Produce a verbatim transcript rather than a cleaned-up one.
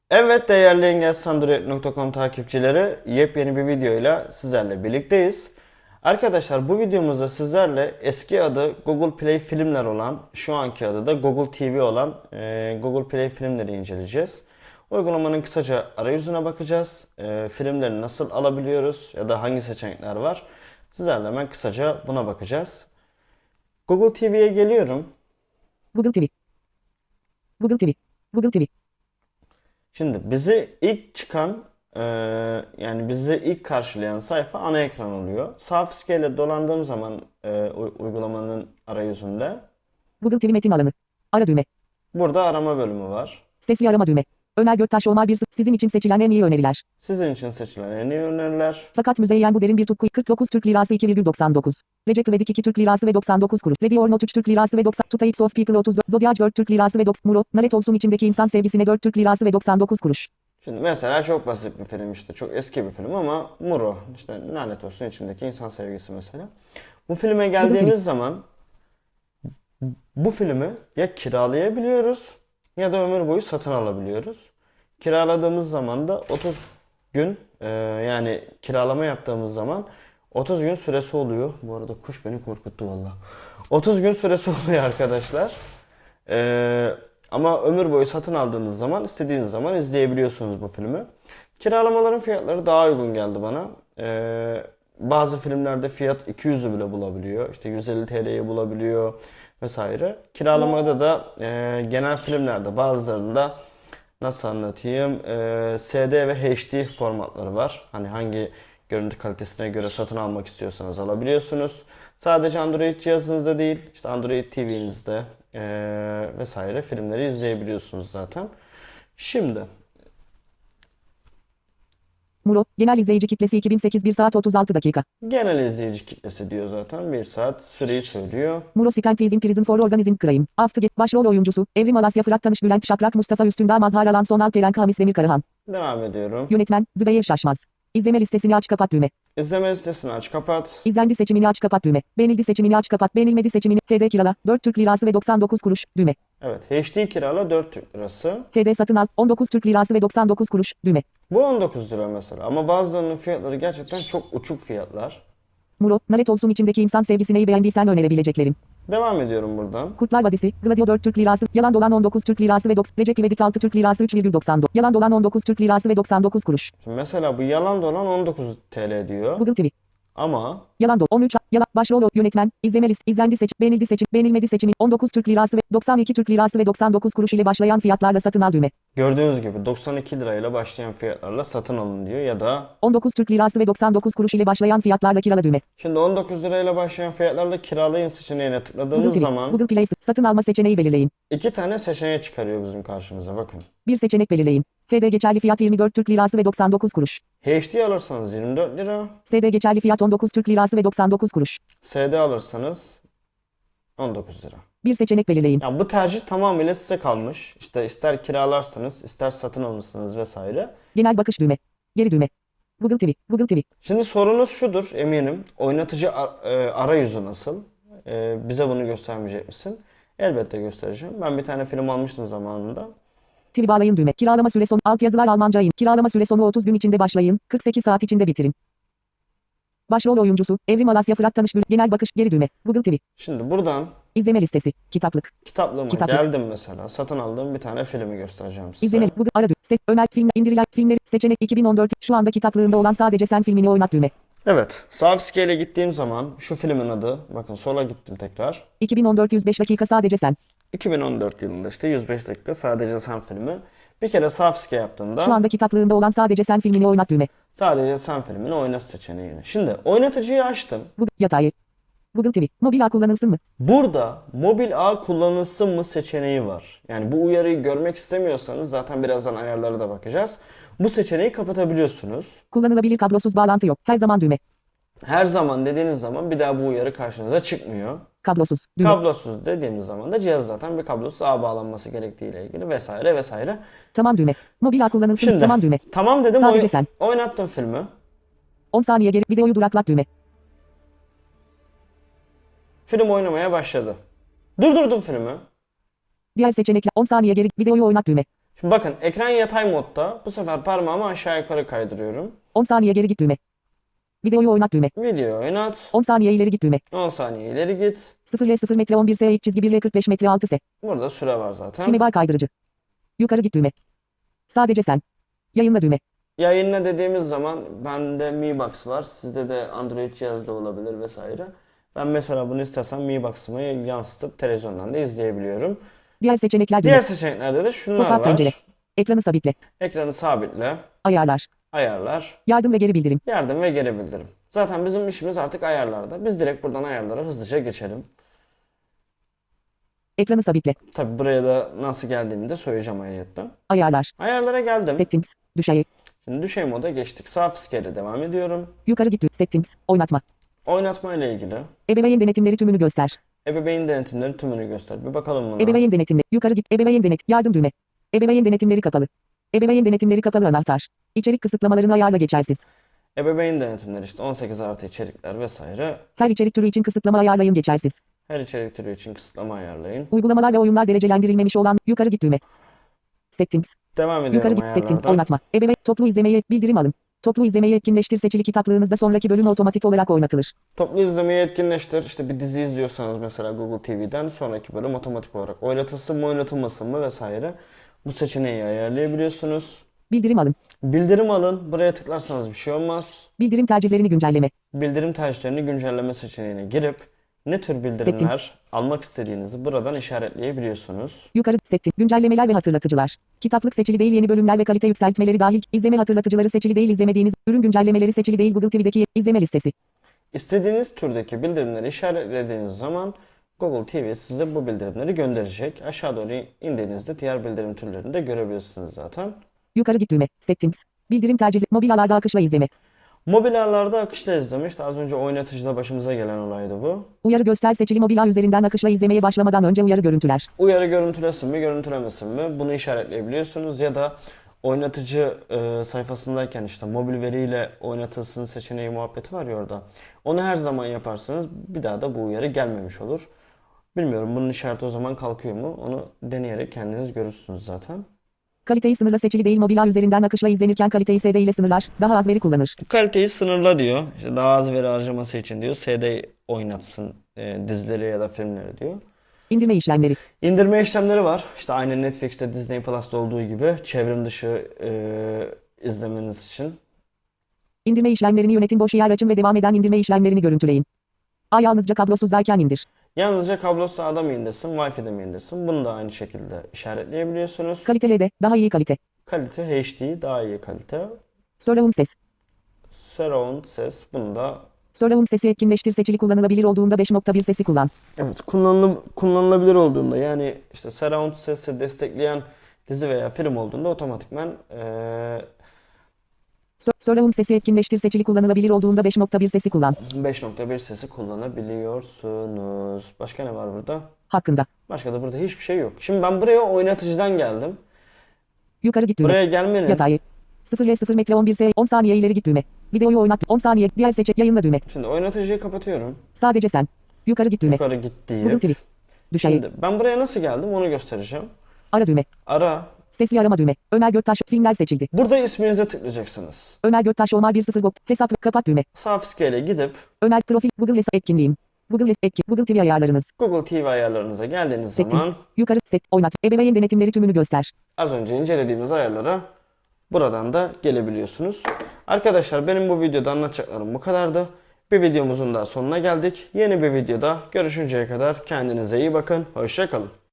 Evet değerli engelsandroid nokta com takipçileri, yepyeni bir videoyla sizlerle birlikteyiz. Arkadaşlar, bu videomuzda sizlerle eski adı Google Play Filmler olan, şu anki adı da Google T V olan e, Google Play Filmleri inceleyeceğiz. Uygulamanın kısaca arayüzüne bakacağız. E, filmleri nasıl alabiliyoruz ya da hangi seçenekler var? Sizlerle hemen kısaca buna bakacağız. Google T V'ye geliyorum. Google T V. Google T V. Google T V. Şimdi bizi ilk çıkan e, yani bizi ilk karşılayan sayfa ana ekran oluyor. Sağ fiskeyle dolandığım zaman e, u- uygulamanın arayüzünde Google T V metin alanı. Ara düğme. burada arama bölümü var. Sesli arama düğme. Ömer Göktaş Olmar bir sizin için seçilen en iyi öneriler. Sizin için seçilen en iyi öneriler. Fakat Müzeyyen bu derin bir tutku kırk dokuz Türk Lirası iki virgül doksan dokuz. Recep İvedik iki Türk Lirası ve doksan dokuz kuruş. Ready or Not üç Türk Lirası ve doksan. To Types of People otuz dört. Zodiac dört Türk Lirası ve doksan. Muro. Nalet olsun içindeki insan sevgisine dört Türk Lirası ve doksan dokuz kuruş. Şimdi mesela çok basit bir film, işte çok eski bir film ama Muro, işte lanet olsun içimdeki insan sevgisi mesela. Bu filme geldiğimiz zaman bu filmi ya kiralayabiliyoruz ya da ömür boyu satın alabiliyoruz. Kiraladığımız zaman da otuz gün, e, yani kiralama yaptığımız zaman otuz gün süresi oluyor. Bu arada kuş beni korkuttu valla. otuz gün süresi oluyor arkadaşlar. E, ama ömür boyu satın aldığınız zaman istediğiniz zaman izleyebiliyorsunuz bu filmi. Kiralamaların fiyatları daha uygun geldi bana. E, bazı filmlerde fiyat iki yüzü bile bulabiliyor. İşte yüz elli T L'yi bulabiliyor vesaire. Kiralamada da e, genel filmlerde bazılarında, nasıl anlatayım, e, S D ve H D formatları var. Hani hangi görüntü kalitesine göre satın almak istiyorsanız alabiliyorsunuz. Sadece Android cihazınızda değil, işte Android T V'nizde e, vesaire filmleri izleyebiliyorsunuz zaten. Şimdi Muro. Genel izleyici kitlesi iki bin sekiz bir saat otuz altı dakika. genel izleyici kitlesi diyor zaten. Bir saat süreyi söylüyor. Muro Second is in Prison for Organism Crime. After Get. Başrol oyuncusu. Evrim Alasya Fırat Tanış Bülent Şakrak Mustafa Üstündağ Mazhar Alan Sonal Peren Kamis Demir Karahan. Devam ediyorum. Yönetmen. Zübeyir Şaşmaz. İzleme listesini aç kapat düğme. İzleme listesini aç kapat. İzlendi seçimini aç kapat düğme. Beğenildi seçimini aç kapat. Beğenilmedi seçimini. H D kirala. dört Türk Lirası ve doksan dokuz kuruş. Düğme. Evet, H D kirala dört Türk lirası. H D satın al. on dokuz Türk Lirası ve doksan dokuz kuruş. Düğme. Bu on dokuz lira mesela, ama bazılarının fiyatları gerçekten çok uçuk fiyatlar. Muro. Nalet olsun içindeki insan sevgisineyi beğendiysen önerebileceklerim. Devam ediyorum buradan. Kurtlar Vadisi. Gladio dört Türk Lirası. Yalan dolan on dokuz Türk Lirası ve doksan. Recep İvedik altı Türk Lirası üç virgül doksan dokuz. Yalan dolan on dokuz Türk Lirası ve doksan dokuz kuruş. Şimdi mesela bu yalan dolan on dokuz T L diyor. Google T V. Ama Yalan do on üç yalan başrol o- yönetmen izleme list izlendi seçim beğenildi seçim beğenilmedi seçimi on dokuz Türk Lirası ve doksan iki Türk Lirası ve doksan dokuz kuruş ile başlayan fiyatlarla satın al düğme. gördüğünüz gibi doksan iki lirayla başlayan fiyatlarla satın alın diyor, ya da on dokuz Türk Lirası ve doksan dokuz kuruş ile başlayan fiyatlarla kirala düğme. şimdi on dokuz lirayla başlayan fiyatlarla kiralayın seçeneğine Google tıkladığınız T V. zaman Google Play satın alma seçeneği belirleyin. iki tane seçenek çıkarıyor bizim karşımıza, bakın. Bir seçenek belirleyin. H D geçerli fiyat yirmi dört Türk Lirası ve doksan dokuz kuruş. H D alırsanız yirmi dört lira, S D geçerli fiyat on dokuz Türk Lirası ve doksan dokuz kuruş. S D alırsanız on dokuz lira. Bir seçenek belirleyin. Ya bu tercih tamamıyla size kalmış. İşte ister kiralarsınız, ister satın alırsınız vesaire. Genel bakış düğme. Geri düğme. Google T V. Google T V. Şimdi sorunuz şudur eminim. Oynatıcı ar- e, arayüzü nasıl? E, bize bunu göstermeyecek misin? Elbette göstereceğim. Ben bir tane film almıştım zamanında. T V bağlayın düğme. Kiralama süre sonu. Altyazılar Almanca in. Kiralama süre sonu otuz gün içinde başlayın. kırk sekiz saat içinde bitirin. Başrol oyuncusu. Evrim Alasya Fırat Tanış Bülent. Genel bakış. Geri düğme. Google T V. Şimdi buradan İzleme listesi. Kitaplık. kitaplığıma Kitaplık. geldim mesela. Satın aldığım bir tane filmi göstereceğim size. İzleme. Google. Ara düğme. Ses. Ömer. Film. indirilen filmleri. Seçenek iki bin on dört. Şu anda kitaplığında olan Sadece Sen filmini oynat düğme. Evet. Sağ fiskeyle gittiğim zaman şu filmin adı. Bakın sola gittim tekrar. iki bin on dört yüz beş dakika Sadece Sen. iki bin on dört yılında işte yüz beş dakika Sadece Sen filmi. Bir kere sağ fiske yaptığımda Şu anda kitaplığında olan Sadece Sen filmini oynat düğme. Sadece Sen filmini oynat seçeneğini. Şimdi oynatıcıyı açtım. Google. Yatayı. Google T V. Mobil ağ kullanılsın mı? Burada mobil ağ kullanılsın mı seçeneği var. Yani bu uyarıyı görmek istemiyorsanız zaten birazdan ayarlara da bakacağız. Bu seçeneği kapatabiliyorsunuz. Kullanılabilir kablosuz bağlantı yok. Her zaman düğme. Her zaman dediğiniz zaman bir daha bu uyarı karşınıza çıkmıyor. Kablosuz. Düğme. Kablosuz dediğimiz zaman da cihaz zaten bir kablosuz ağ bağlanması gerektiği ile ilgili vesaire vesaire. Tamam düğme. Mobil ağ kullanılsın. Şimdi Tamam düğme. tamam dedim, Sadece oy- sen. oynattım filmi. on saniye geri. Videoyu duraklat düğme. Film oynamaya başladı. Durdurdum filmi. Diğer seçenekler. on saniye geri. Videoyu oynat düğme. Şimdi bakın ekran yatay modda. Bu sefer parmağımı aşağı yukarı kaydırıyorum. on saniye geri git düğme. Videoyu oynat düğme. Video oynat. on saniye ileri git düğme. on saniye ileri git. sıfır L sıfır metre on bir S iç çizgi bir L kırk beş metre altı S. Burada süre var zaten. Time bar kaydırıcı. Yukarı git düğme. Sadece sen. Yayınla düğme. Yayınla dediğimiz zaman bende Mi Box var. Sizde de Android cihazda olabilir vesaire. Ben mesela bunu istersem Mi Box'ımı yansıtıp televizyondan da izleyebiliyorum. Diğer seçenekler düğme. Diğer seçeneklerde de şunlar Pop-up pencere. var. Ekranı sabitle. Ekranı sabitle, Ayarlar. ayarlar, Yardım ve geri bildirim. yardım ve geri bildirim. Zaten bizim işimiz artık ayarlarda. Biz direkt buradan ayarlara hızlıca geçelim. Ekranı sabitle. Tabi buraya da nasıl geldiğimi de söyleyeceğim ayrıyetten. Ayarlar. Ayarlara geldim. Settings. Düşey. Şimdi düşey moda geçtik. Sağ fiskeyle devam ediyorum. Yukarı git düğme. Settings. Oynatma. Oynatma ile ilgili. Ebeveyn denetimleri tümünü göster. Ebeveyn denetimleri tümünü göster. Bir bakalım buna. Ebeveyn denetimleri. Yukarı git. Ebeveyn denet. Yardım düğme. Ebeveyn denetimleri kapalı. Ebeveyn denetimleri kapalı anahtar. İçerik kısıtlamalarını ayarla geçersiz. Ebeveyn denetimleri işte on sekiz artı içerikler vesaire. Her içerik türü için kısıtlama ayarlayın geçersiz. Her içerik türü için kısıtlama ayarlayın. Uygulamalar ve oyunlar derecelendirilmemiş olan yukarı git düğme. Settings. Devam ediyorum Yukarı git. Settings. ayarlardan. Oynatma. Ebeveyn. Toplu izlemeye bildirim alın. Toplu izlemeyi etkinleştir seçili kitaplığınızda sonraki bölüm otomatik olarak oynatılır. Toplu izlemeyi etkinleştir. İşte bir dizi izliyorsanız mesela Google T V'den sonraki bölüm otomatik olarak oynatılsın mı oynatılmasın mı vesaire. Bu seçeneği ayarlayabiliyorsunuz. Bildirim alın. Bildirim alın. Buraya tıklarsanız bir şey olmaz. Bildirim tercihlerini güncelleme. Bildirim tercihlerini güncelleme seçeneğine girip ne tür bildirimler Settings. almak istediğinizi buradan işaretleyebiliyorsunuz. Yukarı setting. Güncellemeler ve hatırlatıcılar. Kitaplık seçili değil yeni bölümler ve kalite yükseltmeleri dahil. İzleme hatırlatıcıları seçili değil izlemediğiniz. Ürün güncellemeleri seçili değil Google T V'deki izleme listesi. İstediğiniz türdeki bildirimleri işaretlediğiniz zaman Google T V size bu bildirimleri gönderecek. Aşağı doğru indiğinizde diğer bildirim türlerini de görebilirsiniz zaten. Yukarı git düğme. Settings. Bildirim tercihli. Mobil ağlarda akışla izleme. Mobil ağlarda akışla izleme. İşte az önce oynatıcıda başımıza gelen olaydı bu. Uyarı göster seçili mobil ağ üzerinden akışla izlemeye başlamadan önce uyarı görüntüler. Uyarı görüntülesin mi, görüntülemesin mi? Bunu işaretleyebiliyorsunuz ya da oynatıcı e, sayfasındayken işte mobil veriyle oynatılsın seçeneği muhabbeti var ya orada. Onu her zaman yaparsanız bir daha da bu uyarı gelmemiş olur. Bilmiyorum bunun işareti o zaman kalkıyor mu? Onu deneyerek kendiniz görürsünüz zaten. Kaliteyi sınırla seçili değil mobil ağ üzerinden akışla izlenirken kaliteyi S D ile sınırlar. Daha az veri kullanır. Bu kaliteyi sınırla diyor. İşte daha az veri harcaması için diyor. S D oynatsın e, dizileri ya da filmleri diyor. İndirme işlemleri. İndirme işlemleri var. İşte aynı Netflix'te, Disney Plus'ta olduğu gibi çevrim dışı e, izlemeniz için. İndirme işlemlerini yönetin boş yer açın ve devam eden indirme işlemlerini görüntüleyin. A yalnızca kablosuzdayken indir. Yalnızca kablosuz ağda mı indirsin, Wi-Fi'de mi indirsin? Bunu da aynı şekilde işaretleyebiliyorsunuz. Kalite L D. Daha iyi kalite. Kalite H D, daha iyi kalite. Surround ses. Surround ses, bunu da Surround sesi etkinleştir seçili kullanılabilir olduğunda beş nokta bir sesi kullan. evet kullanıl kullanılabilir olduğunda yani işte surround sesi destekleyen dizi veya film olduğunda otomatikman eee Surround sesi etkinleştir seçili kullanılabilir olduğunda beş nokta bir sesi kullan. beş nokta bir sesi kullanabiliyorsunuz. Başka ne var burada? Hakkında. Başka da burada hiçbir şey yok. Şimdi ben buraya oynatıcıdan geldim. Yukarı git düğme. Buraya gelmenin Yatay. sıfır L sıfır metre on bir S on saniye ileri git düğme. Videoyu oynat on saniye diğer seçe yayınla düğme. şimdi oynatıcıyı kapatıyorum. Sadece sen. Yukarı git düğme. Yukarı git Google T V. deyip. Düşey. Şimdi ben buraya nasıl geldim onu göstereceğim. Ara düğme. Ara. Sesli arama düğme. Ömer Göktaş filmler seçildi. Burada isminize tıklayacaksınız. Ömer Göktaş Omar bir sıfır Gok. Hesap kapat düğme. Sağ fiskeyle gidip Ömer profil Google hesap etkinliğim. Google hesap etkin. Google T V ayarlarınız. Google T V ayarlarınıza geldiğiniz Settings. zaman Yukarı set oynat. Ebeveyn denetimleri tümünü göster. az önce incelediğimiz ayarlara buradan da gelebiliyorsunuz. Arkadaşlar benim bu videoda anlatacaklarım bu kadardı. Bir videomuzun daha sonuna geldik. Yeni bir videoda görüşünceye kadar kendinize iyi bakın. Hoşça kalın.